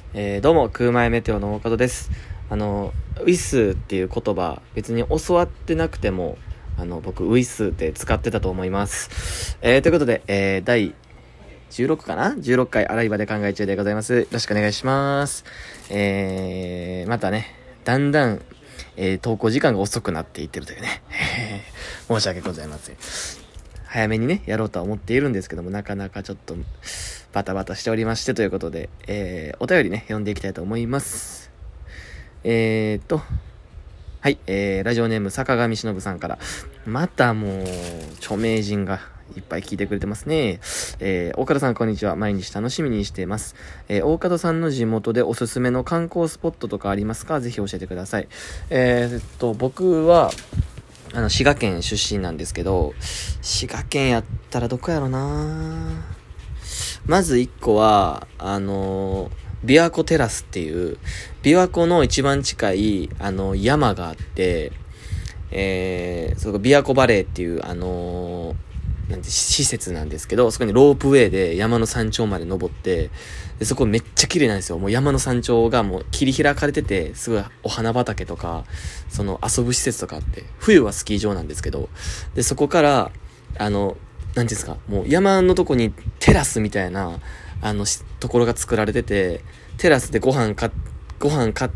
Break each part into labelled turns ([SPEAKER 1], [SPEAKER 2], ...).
[SPEAKER 1] どうも空前メテオの大門です。ウィスっていう言葉、別に教わってなくても僕ウィスって使ってたと思います。ということで、第16かな16回洗い場で考え中でございます。よろしくお願いします。またね、だんだん、投稿時間が遅くなっていってるというね申し訳ございません。早めにねやろうとは思っているんですけども、なかなかちょっとバタバタしておりまして、ということで、お便りね読んでいきたいと思います。はい、ラジオネーム坂上忍さんから、またもう著名人がいっぱい聞いてくれてますね。大門さんこんにちは。毎日楽しみにしています。大門さんの地元でおすすめの観光スポットとかありますか？ぜひ教えてください。僕は滋賀県出身なんですけど、滋賀県やったらどこやろな。まず1個は琵琶湖テラスっていう琵琶湖の一番近い山があって、そこ琵琶湖バレーっていうなんて施設なんですけど、そこにロープウェイで山の山頂まで登って、でそこめっちゃ綺麗なんですよ。もう山の山頂がもう切り開かれてて、すごいお花畑とかその遊ぶ施設とかあって、冬はスキー場なんですけど、でそこからなんていうんですか、もう山のとこにテラスみたいなところが作られてて、テラスでご飯買って、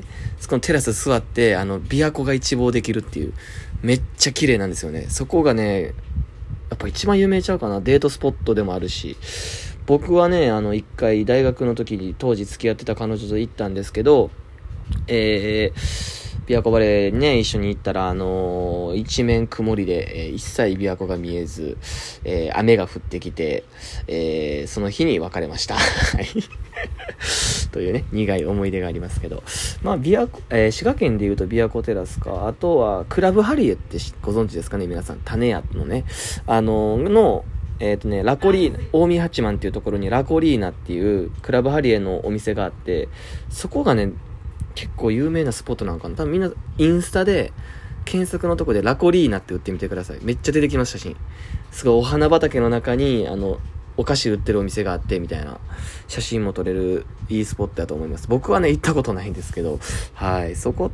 [SPEAKER 1] そこのテラス座って琵琶湖が一望できるっていう、めっちゃ綺麗なんですよね。そこがねやっぱ一番有名ちゃうかな。デートスポットでもあるし、僕はね一回大学の時に当時付き合ってた彼女と行ったんですけど、琵琶湖バレーにね一緒に行ったら一面曇りで、一切琵琶湖が見えず、雨が降ってきて、その日に別れましたというね苦い思い出がありますけど、まあ滋賀県でいうと琵琶湖テラスか、あとはクラブハリエってご存知ですかね皆さん。種屋のねラコリーナ、近江八幡っていうところにラコリーナっていうクラブハリエのお店があって、そこがね結構有名なスポットなのかな。多分みんなインスタで検索のとこでラコリーナって打ってみてください。めっちゃ出てきます。写真すごいお花畑の中にお菓子売ってるお店があってみたいな、写真も撮れるいいスポットだと思います。僕はね行ったことないんですけど、はい、そこと、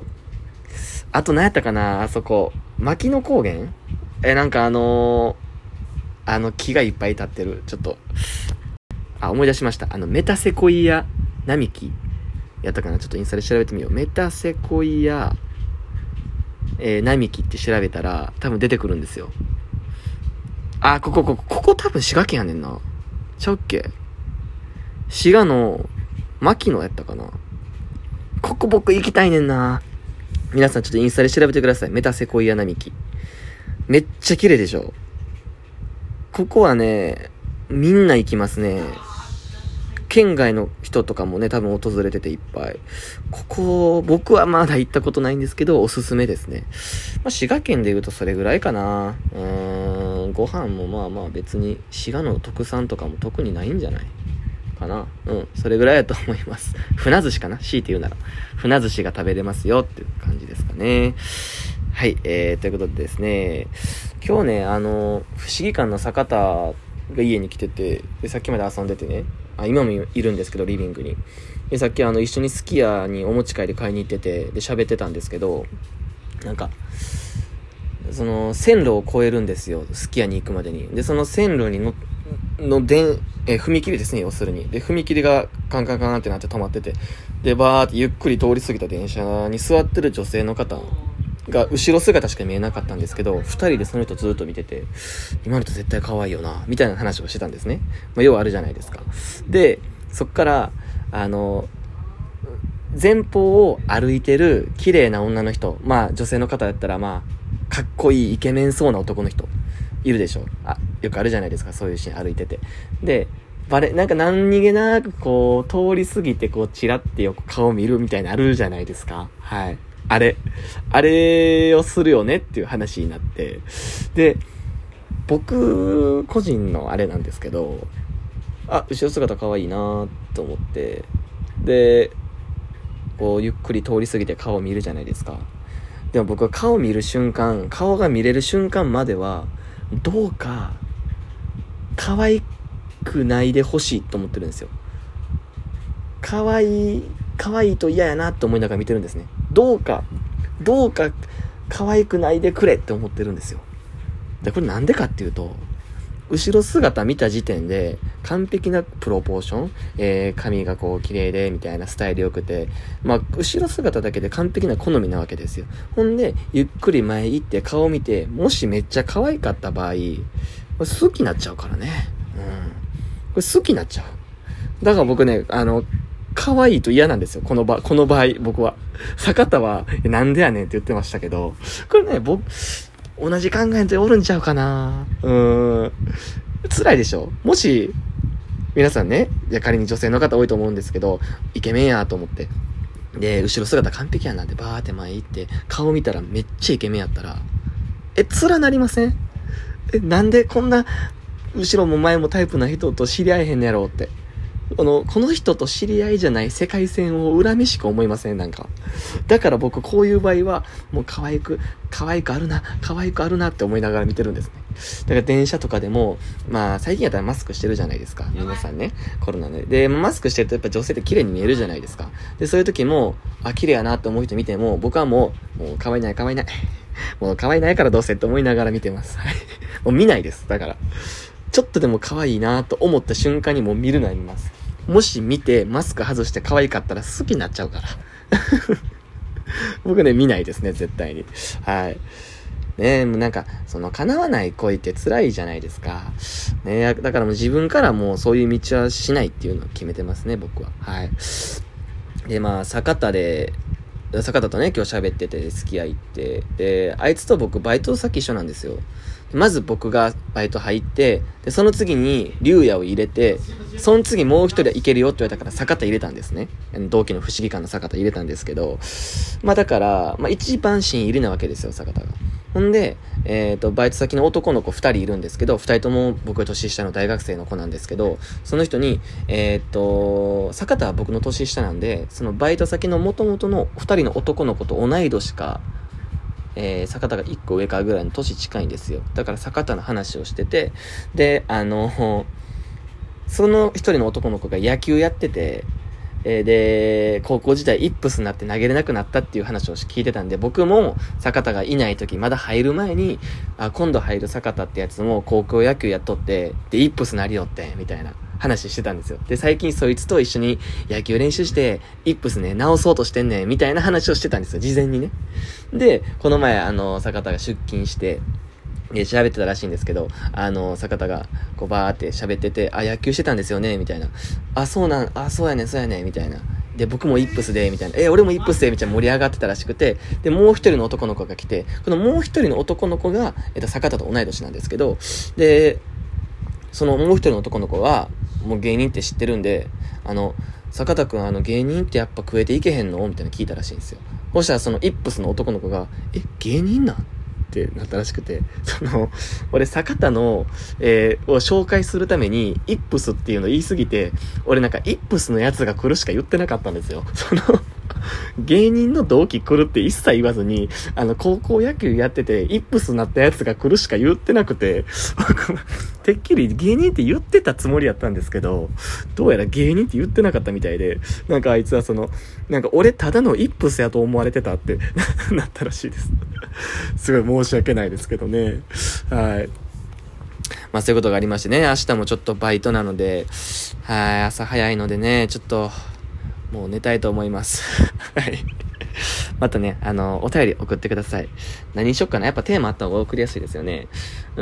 [SPEAKER 1] あと何やったかな、あそこ牧野高原、なんか木がいっぱい立ってる、ちょっと思い出しました。メタセコイア並木やったかな。ちょっとインスタで調べてみよう。メタセコイア、並木って調べたら多分出てくるんですよ。ここ多分滋賀県やねんな。ちゃうっけ？滋賀の牧野やったかな。ここ僕行きたいねんな。皆さんちょっとインスタで調べてください。メタセコイア並木。めっちゃ綺麗でしょ。ここはねみんな行きますね。県外の人とかもね多分訪れてていっぱい。ここ僕はまだ行ったことないんですけどおすすめですね。滋賀県でいうとそれぐらいかな。ご飯もまあまあ別に滋賀の特産とかも特にないんじゃないかな。それぐらいだと思います。船寿司かな、強いて言うなら船寿司が食べれますよっていう感じですかね。はい、ということでですね、今日ね不思議館の坂田が家に来てて、でさっきまで遊んでてね、今もいるんですけどリビングに。でさっき一緒にすき家にお持ち帰り買いに行ってて、で喋ってたんですけど、なんかその線路を越えるんですよ、すき家に行くまでに。でその線路にの踏切ですね、要するに。で踏切がカンカンカンってなって止まってて、でバーってゆっくり通り過ぎた電車に座ってる女性の方が後ろ姿しか見えなかったんですけど、二人でその人ずっと見てて、今の人絶対可愛いよなみたいな話をしてたんですね。要はあるじゃないですか。でそっから前方を歩いてる綺麗な女の人、女性の方だったらかっこいいイケメンそうな男の人いるでしょ。よくあるじゃないですか、そういうシーン。歩いててでなんか何気なくこう通り過ぎてこうチラって横顔見るみたいなあるじゃないですか。はい、あれをするよねっていう話になって、で僕個人のあれなんですけど、後ろ姿可愛いなと思って、でこうゆっくり通り過ぎて顔見るじゃないですか。でも僕は顔見る瞬間、顔が見れる瞬間まではどうか可愛くないでほしいと思ってるんですよ。 可愛いと嫌やなって思いながら見てるんですね。どうか可愛くないでくれって思ってるんですよ。で、これなんでかっていうと、後ろ姿見た時点で完璧なプロポーション、髪がこう綺麗でみたいなスタイル良くて、後ろ姿だけで完璧な好みなわけですよ。ほんでゆっくり前行って顔見て、もしめっちゃ可愛かった場合、これ好きになっちゃうからね。これ好きになっちゃう。だから僕ね、可愛いと嫌なんですよ。この場合、僕は。坂田は、なんでやねんって言ってましたけど、これね、同じ考えでおるんちゃうかな。辛いでしょ。もし、皆さんね、仮に女性の方多いと思うんですけど、イケメンやと思って。で、後ろ姿完璧やなってバーって前行って、顔見たらめっちゃイケメンやったら、辛なりません？なんでこんな、後ろも前もタイプな人と知り合えへんねやろうって。この人と知り合いじゃない世界線を恨めしく思いません？なんか。だから僕こういう場合は、もう可愛くあるなって思いながら見てるんですね。だから電車とかでも、最近やったらマスクしてるじゃないですか。皆さんね。コロナで。で、マスクしてるとやっぱ女性って綺麗に見えるじゃないですか。で、そういう時も、綺麗やなって思う人見ても、僕はもう可愛いない。もう可愛いないからどうせって思いながら見てます。はい。もう見ないです。だから。ちょっとでも可愛いなと思った瞬間にもう見るのやめます。もし見てマスク外して可愛かったら好きになっちゃうから。僕ね、見ないですね、絶対に。はい。ねえ、もうなんか、叶わない恋って辛いじゃないですか。ねえ、だからもう自分からもうそういう道はしないっていうのを決めてますね、僕は。はい。で、坂田とね、今日喋ってて付き合いって、で、あいつと僕バイト先一緒なんですよ。まず僕がバイト入って、で、その次に竜也を入れて、その次もう一人はいけるよって言われたから坂田入れたんですね。同期の不思議感の坂田入れたんですけど、だから、一番新入りなわけですよ、坂田が。ほんで、バイト先の男の子二人いるんですけど、二人とも僕より年下の大学生の子なんですけど、その人に、坂田は僕の年下なんで、そのバイト先の元々の二人の男の子と同い年か、坂田が1個上かぐらいの年近いんですよ。だから坂田の話をしてて、で、その一人の男の子が野球やってて、で、高校時代イップスになって投げれなくなったっていう話を聞いてたんで、僕も坂田がいない時、まだ入る前に、今度入る坂田ってやつも高校野球やっとって、で、イップスなりよって、みたいな話してたんですよ。で、最近そいつと一緒に野球練習して、イップスね、直そうとしてんねん、みたいな話をしてたんですよ、事前にね。で、この前、坂田が出勤して、喋ってたらしいんですけど、坂田が、こう、バーって喋ってて、野球してたんですよね、みたいな。そうやね、みたいな。で、僕もイップスで、みたいな。俺もイップスで、みたいな盛り上がってたらしくて、で、もう一人の男の子が来て、このもう一人の男の子が、坂田と同い年なんですけど、で、そのもう一人の男の子は、もう芸人って知ってるんで、坂田くん芸人ってやっぱ食えていけへんのみたいな聞いたらしいんですよ。そしたらそのイップスの男の子が、芸人なんってなったらしくて、俺坂田の、を紹介するためにイップスっていうのを言いすぎて、俺なんかイップスのやつが来るしか言ってなかったんですよ。芸人の同期来るって一切言わずに、高校野球やってて、イップスになったやつが来るしか言ってなくて、てっきり芸人って言ってたつもりやったんですけど、どうやら芸人って言ってなかったみたいで、なんかあいつはなんか俺ただのイップスやと思われてたってなったらしいです。すごい申し訳ないですけどね。はい。そういうことがありましてね、明日もちょっとバイトなので、はい、朝早いのでね、ちょっと、もう寝たいと思います。はい。またね、お便り送ってください。何にしよっかな。やっぱテーマあった方が送りやすいですよね。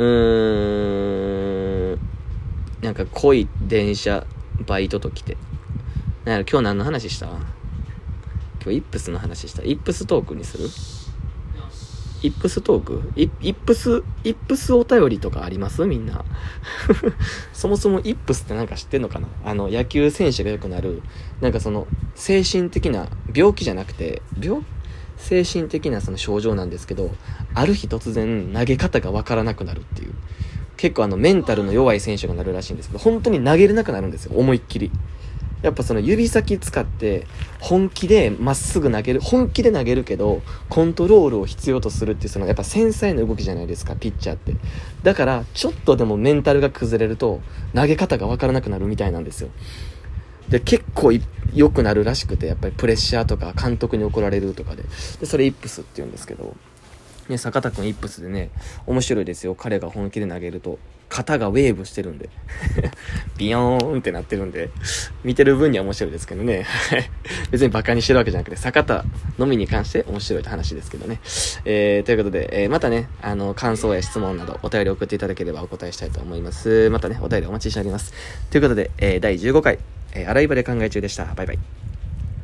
[SPEAKER 1] なんか濃い電車、バイトと来て。今日何の話した？今日イップスの話した。イップストークにする？イップストーク？イップスお便りとかあります？みんな。そもそもイップスってなんか知ってんのかな？野球選手がよくなる、なんか精神的な、病気じゃなくて、精神的な症状なんですけど、ある日突然投げ方がわからなくなるっていう。結構メンタルの弱い選手がなるらしいんですけど、本当に投げれなくなるんですよ、思いっきり。やっぱ指先使って本気でまっすぐ投げる、本気で投げるけどコントロールを必要とするっていうやっぱ繊細な動きじゃないですか、ピッチャーって。だからちょっとでもメンタルが崩れると投げ方がわからなくなるみたいなんですよ。で、結構良くなるらしくて、やっぱりプレッシャーとか監督に怒られるとかで、それイップスって言うんですけど、ね、坂田くんイップスでね、面白いですよ。彼が本気で投げると肩がウェーブしてるんでビヨーンってなってるんで、見てる分には面白いですけどね別にバカにしてるわけじゃなくて、坂田のみに関して面白いって話ですけどね。ということで、またね、感想や質問などお便り送っていただければお答えしたいと思います。またね、お便りお待ちしております。ということで、第15回、洗い場で考え中でした。バイバイ。